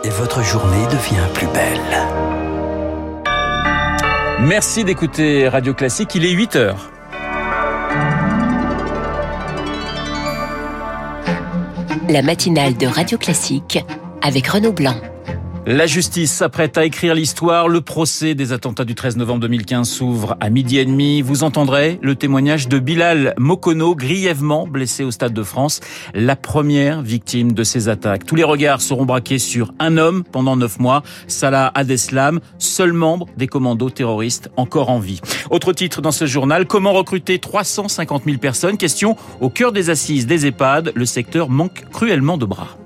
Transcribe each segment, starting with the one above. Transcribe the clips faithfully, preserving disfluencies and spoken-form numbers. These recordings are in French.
et votre journée devient plus belle. Merci d'écouter Radio Classique, il est huit heures. La matinale de Radio Classique avec Renaud Blanc. La justice s'apprête à écrire l'histoire. Le procès des attentats du treize novembre deux mille quinze s'ouvre à midi et demi. Vous entendrez le témoignage de Bilal Mokono, grièvement blessé au Stade de France, la première victime de ces attaques. Tous les regards seront braqués sur un homme pendant neuf mois, Salah Abdeslam, seul membre des commandos terroristes encore en vie. Autre titre dans ce journal, comment recruter trois cent cinquante mille personnes? Question au cœur des assises des EHPAD. Le secteur manque cruellement de bras.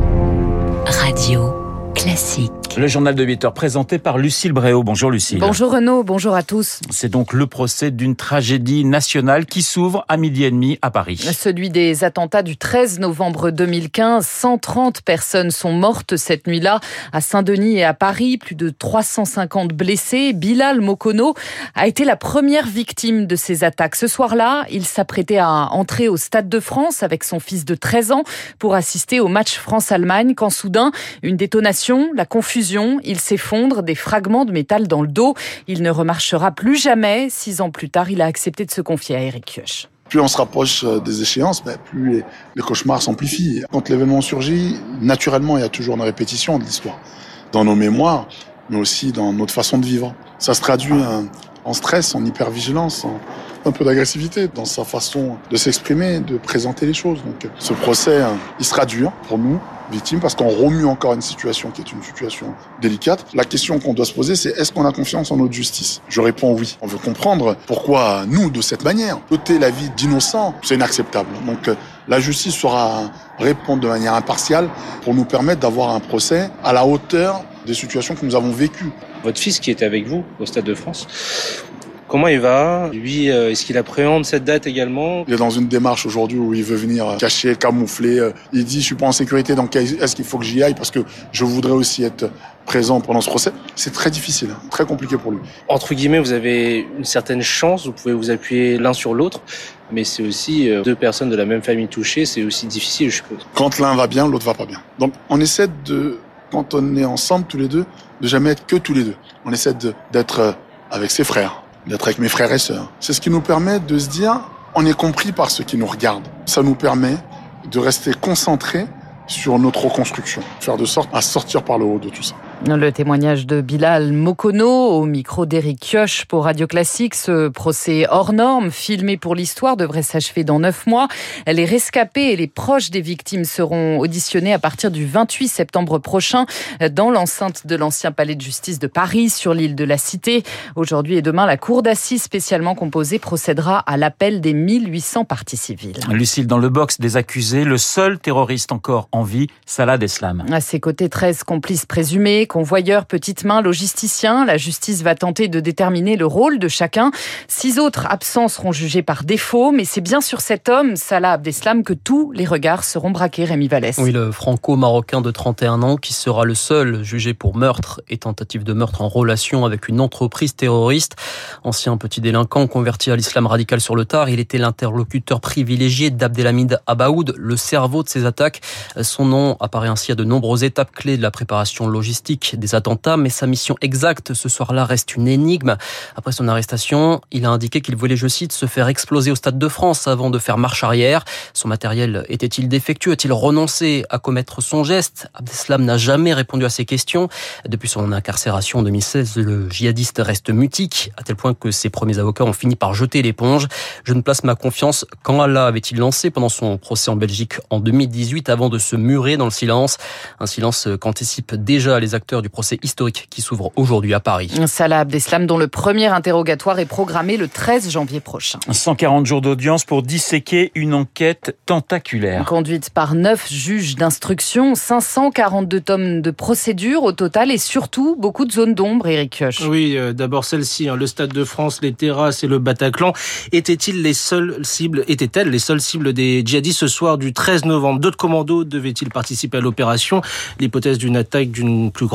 Radio Classique. Le journal de huit heures présenté par Lucille Bréau. Bonjour Lucille. Bonjour Renaud, bonjour à tous. C'est donc le procès d'une tragédie nationale qui s'ouvre à midi et demi à Paris. Celui des attentats du treize novembre deux mille quinze. cent trente personnes sont mortes cette nuit-là à Saint-Denis et à Paris. Plus de trois cent cinquante blessés. Bilal Mokono a été la première victime de ces attaques. Ce soir-là, il s'apprêtait à entrer au Stade de France avec son fils de treize ans pour assister au match France-Allemagne quand soudain, une détonation, la confusion, il s'effondre, des fragments de métal dans le dos. Il ne remarchera plus jamais. Six ans plus tard, il a accepté de se confier à Eric Kioch. Plus on se rapproche des échéances, plus les, les cauchemars s'amplifient. Quand l'événement surgit, naturellement, il y a toujours une répétition de l'histoire. Dans nos mémoires, mais aussi dans notre façon de vivre. Ça se traduit en, en stress, en hypervigilance, en un peu d'agressivité dans sa façon de s'exprimer, de présenter les choses. Donc, ce procès, il sera dur pour nous, victimes, parce qu'on remue encore une situation qui est une situation délicate. La question qu'on doit se poser, c'est est-ce qu'on a confiance en notre justice? Je réponds oui. On veut comprendre pourquoi nous, de cette manière, ôter la vie d'innocents, c'est inacceptable. Donc la justice saura répondre de manière impartiale pour nous permettre d'avoir un procès à la hauteur des situations que nous avons vécues. Votre fils qui était avec vous au Stade de France, comment il va? Lui, est-ce qu'il appréhende cette date également? Il est dans une démarche aujourd'hui où il veut venir cacher, camoufler. Il dit, je suis pas en sécurité, donc est-ce qu'il faut que j'y aille? Parce que je voudrais aussi être présent pendant ce procès. C'est très difficile, très compliqué pour lui. Entre guillemets, vous avez une certaine chance, vous pouvez vous appuyer l'un sur l'autre, mais c'est aussi deux personnes de la même famille touchées, c'est aussi difficile, je suppose. Quand l'un va bien, l'autre va pas bien. Donc on essaie de, quand on est ensemble tous les deux, de jamais être que tous les deux. On essaie de, d'être avec ses frères, d'être avec mes frères et sœurs. C'est ce qui nous permet de se dire, on est compris par ceux qui nous regardent. Ça nous permet de rester concentrés sur notre reconstruction, faire de sorte à sortir par le haut de tout ça. Le témoignage de Bilal Mokono au micro d'Eric Kioch pour Radio Classique. Ce procès hors norme, filmé pour l'histoire, devrait s'achever dans neuf mois. Les rescapés et les proches des victimes seront auditionnés à partir du vingt-huit septembre prochain dans l'enceinte de l'ancien palais de justice de Paris, sur l'île de la Cité. Aujourd'hui et demain, la cour d'assises spécialement composée procédera à l'appel des mille huit cents parties civiles. Lucille, dans le box des accusés, le seul terroriste encore en vie, Salah Abdeslam. À ses côtés, treize complices présumés, convoyeurs, petites mains, logisticiens. La justice va tenter de déterminer le rôle de chacun. Six autres absents seront jugés par défaut, mais c'est bien sur cet homme, Salah Abdeslam, que tous les regards seront braqués. Rémi Vallès. Oui, le franco-marocain de trente et un ans qui sera le seul jugé pour meurtre et tentative de meurtre en relation avec une entreprise terroriste. Ancien petit délinquant converti à l'islam radical sur le tard, il était l'interlocuteur privilégié d'Abdelhamid Abaoud, le cerveau de ces attaques. Son nom apparaît ainsi à de nombreuses étapes clés de la préparation logistique des attentats, mais sa mission exacte ce soir-là reste une énigme. Après son arrestation, il a indiqué qu'il voulait, je cite, se faire exploser au Stade de France avant de faire marche arrière. Son matériel était-il défectueux? A-t-il renoncé à commettre son geste? Abdeslam n'a jamais répondu à ces questions. Depuis son incarcération en deux mille seize, le djihadiste reste mutique, à tel point que ses premiers avocats ont fini par jeter l'éponge. Je ne place ma confiance qu'en Allah, avait-il lancé pendant son procès en Belgique en deux mille dix-huit, avant de se murer dans le silence. Un silence qu'anticipent déjà les acteurs du procès historique qui s'ouvre aujourd'hui à Paris. Salah Abdeslam, dont le premier interrogatoire est programmé le treize janvier prochain. cent quarante jours d'audience pour disséquer une enquête tentaculaire. Conduite par neuf juges d'instruction, cinq cent quarante-deux tomes de procédure au total et surtout beaucoup de zones d'ombre, Eric Kioch. Oui, euh, d'abord celle-ci, hein, le Stade de France, les terrasses et le Bataclan. Étaient-ils les seules cibles, étaient-elles les seules cibles des djihadistes ce soir du treize novembre? D'autres commandos devaient-ils participer à l'opération? L'hypothèse d'une attaque d'une plus grande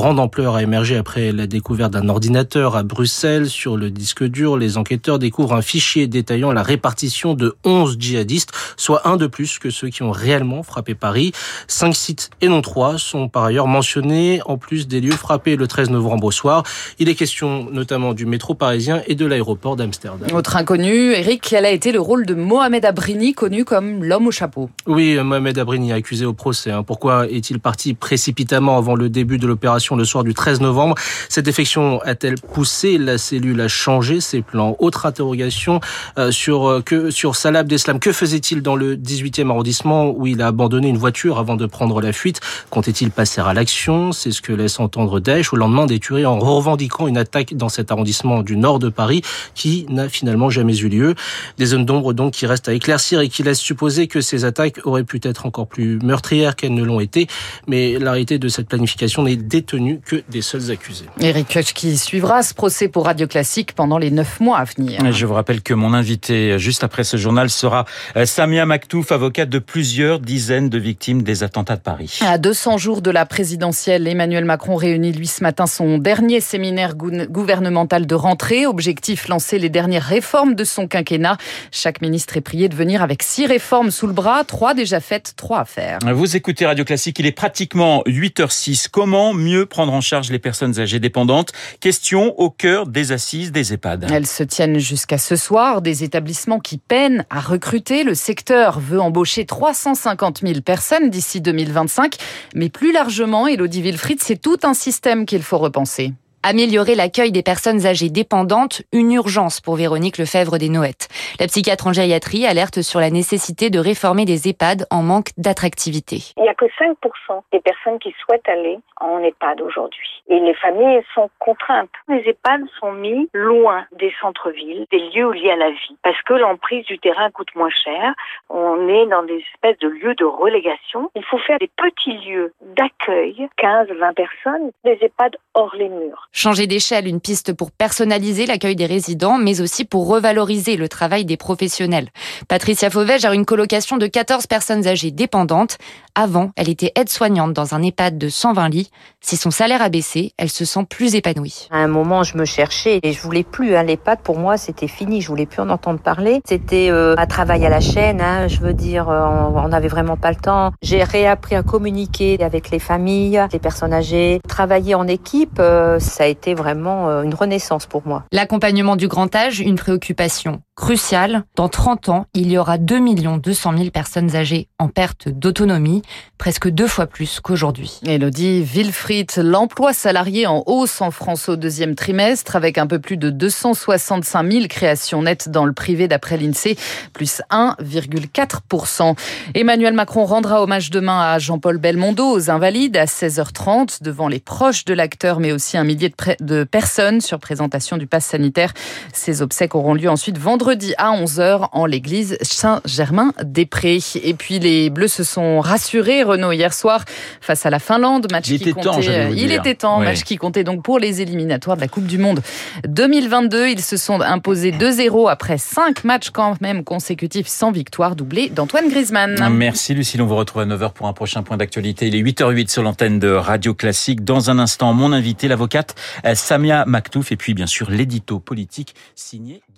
grande ampleur a émergé après la découverte d'un ordinateur à Bruxelles. Sur le disque dur, les enquêteurs découvrent un fichier détaillant la répartition de onze djihadistes, soit un de plus que ceux qui ont réellement frappé Paris. Cinq sites et non trois sont par ailleurs mentionnés, en plus des lieux frappés le treize novembre au soir. Il est question notamment du métro parisien et de l'aéroport d'Amsterdam. Autre inconnu, Eric, quel a été le rôle de Mohamed Abrini, connu comme l'homme au chapeau? Oui, Mohamed Abrini accusé au procès. Pourquoi est-il parti précipitamment avant le début de l'opération le soir du treize novembre? Cette défection a-t-elle poussé la cellule à changer ses plans? Autre interrogation euh, sur, euh, que, sur Salah Abdeslam. Que faisait-il dans le dix-huitième arrondissement où il a abandonné une voiture avant de prendre la fuite? Comptait-il passer à l'action? C'est ce que laisse entendre Daesh au lendemain des tueries en revendiquant une attaque dans cet arrondissement du nord de Paris qui n'a finalement jamais eu lieu. Des zones d'ombre donc qui restent à éclaircir et qui laissent supposer que ces attaques auraient pu être encore plus meurtrières qu'elles ne l'ont été. Mais la réalité de cette planification n'est détenue que des seuls accusés. Eric Koch qui suivra ce procès pour Radio Classique pendant les neuf mois à venir. Je vous rappelle que mon invité juste après ce journal sera Samia Maktouf, avocate de plusieurs dizaines de victimes des attentats de Paris. À deux cents jours de la présidentielle, Emmanuel Macron réunit lui ce matin son dernier séminaire gouvernemental de rentrée. Objectif, lancer les dernières réformes de son quinquennat. Chaque ministre est prié de venir avec six réformes sous le bras, trois déjà faites, trois à faire. Vous écoutez Radio Classique, il est pratiquement huit heures six. Comment mieux prendre en charge les personnes âgées dépendantes? Question au cœur des assises des EHPAD. Elles se tiennent jusqu'à ce soir. Des établissements qui peinent à recruter. Le secteur veut embaucher trois cent cinquante mille personnes d'ici deux mille vingt-cinq. Mais plus largement, Élodie Wilfried, c'est tout un système qu'il faut repenser. Améliorer l'accueil des personnes âgées dépendantes, une urgence pour Véronique Lefebvre des Noëttes. La psychiatre en gériatrie alerte sur la nécessité de réformer des EHPAD en manque d'attractivité. Il n'y a que cinq pour cent des personnes qui souhaitent aller en EHPAD aujourd'hui. Et les familles sont contraintes. Les EHPAD sont mis loin des centres-villes, des lieux liés à la vie. Parce que l'emprise du terrain coûte moins cher. On est dans des espèces de lieux de relégation. Il faut faire des petits lieux d'accueil, quinze à vingt personnes, des EHPAD hors les murs. Changer d'échelle, une piste pour personnaliser l'accueil des résidents, mais aussi pour revaloriser le travail des professionnels. Patricia Fauvet gère une colocation de quatorze personnes âgées dépendantes. Avant, elle était aide-soignante dans un EHPAD de cent vingt lits. Si son salaire a baissé, elle se sent plus épanouie. À un moment, je me cherchais et je voulais plus. Hein, l'EHPAD, pour moi, c'était fini. Je voulais plus en entendre parler. C'était euh, un travail à la chaîne. Hein, je veux dire, euh, on n'avait vraiment pas le temps. J'ai réappris à communiquer avec les familles, les personnes âgées. Travailler en équipe, euh, ça a été vraiment euh, une renaissance pour moi. L'accompagnement du grand âge, une préoccupation cruciale. Dans trente ans, il y aura deux millions deux cent mille personnes âgées en perte d'autonomie, presque deux fois plus qu'aujourd'hui. Élodie Wilfried, l'emploi salarié en hausse en France au deuxième trimestre, avec un peu plus de deux cent soixante-cinq mille créations nettes dans le privé d'après l'INSEE, plus un virgule quatre pour cent. Emmanuel Macron rendra hommage demain à Jean-Paul Belmondo, aux Invalides, à seize heures trente, devant les proches de l'acteur, mais aussi un millier de, pré- de personnes sur présentation du pass sanitaire. Ces obsèques auront lieu ensuite vendredi à onze heures en l'église Saint-Germain-des-Prés. Et puis les Bleus se sont rassurés, Renaud, hier soir face à la Finlande. Match il qui était comptait, temps, j'allais vous il dire. était temps, ouais. match qui comptait donc pour les éliminatoires de la Coupe du Monde deux mille vingt-deux. Ils se sont imposés deux zéro après cinq matchs quand même consécutifs sans victoire, doublé d'Antoine Griezmann. Merci Lucille, on vous retrouve à neuf heures pour un prochain point d'actualité. Il est huit heures huit sur l'antenne de Radio Classique. Dans un instant, mon invité, l'avocate Samia Maktouf, et puis bien sûr l'édito politique signé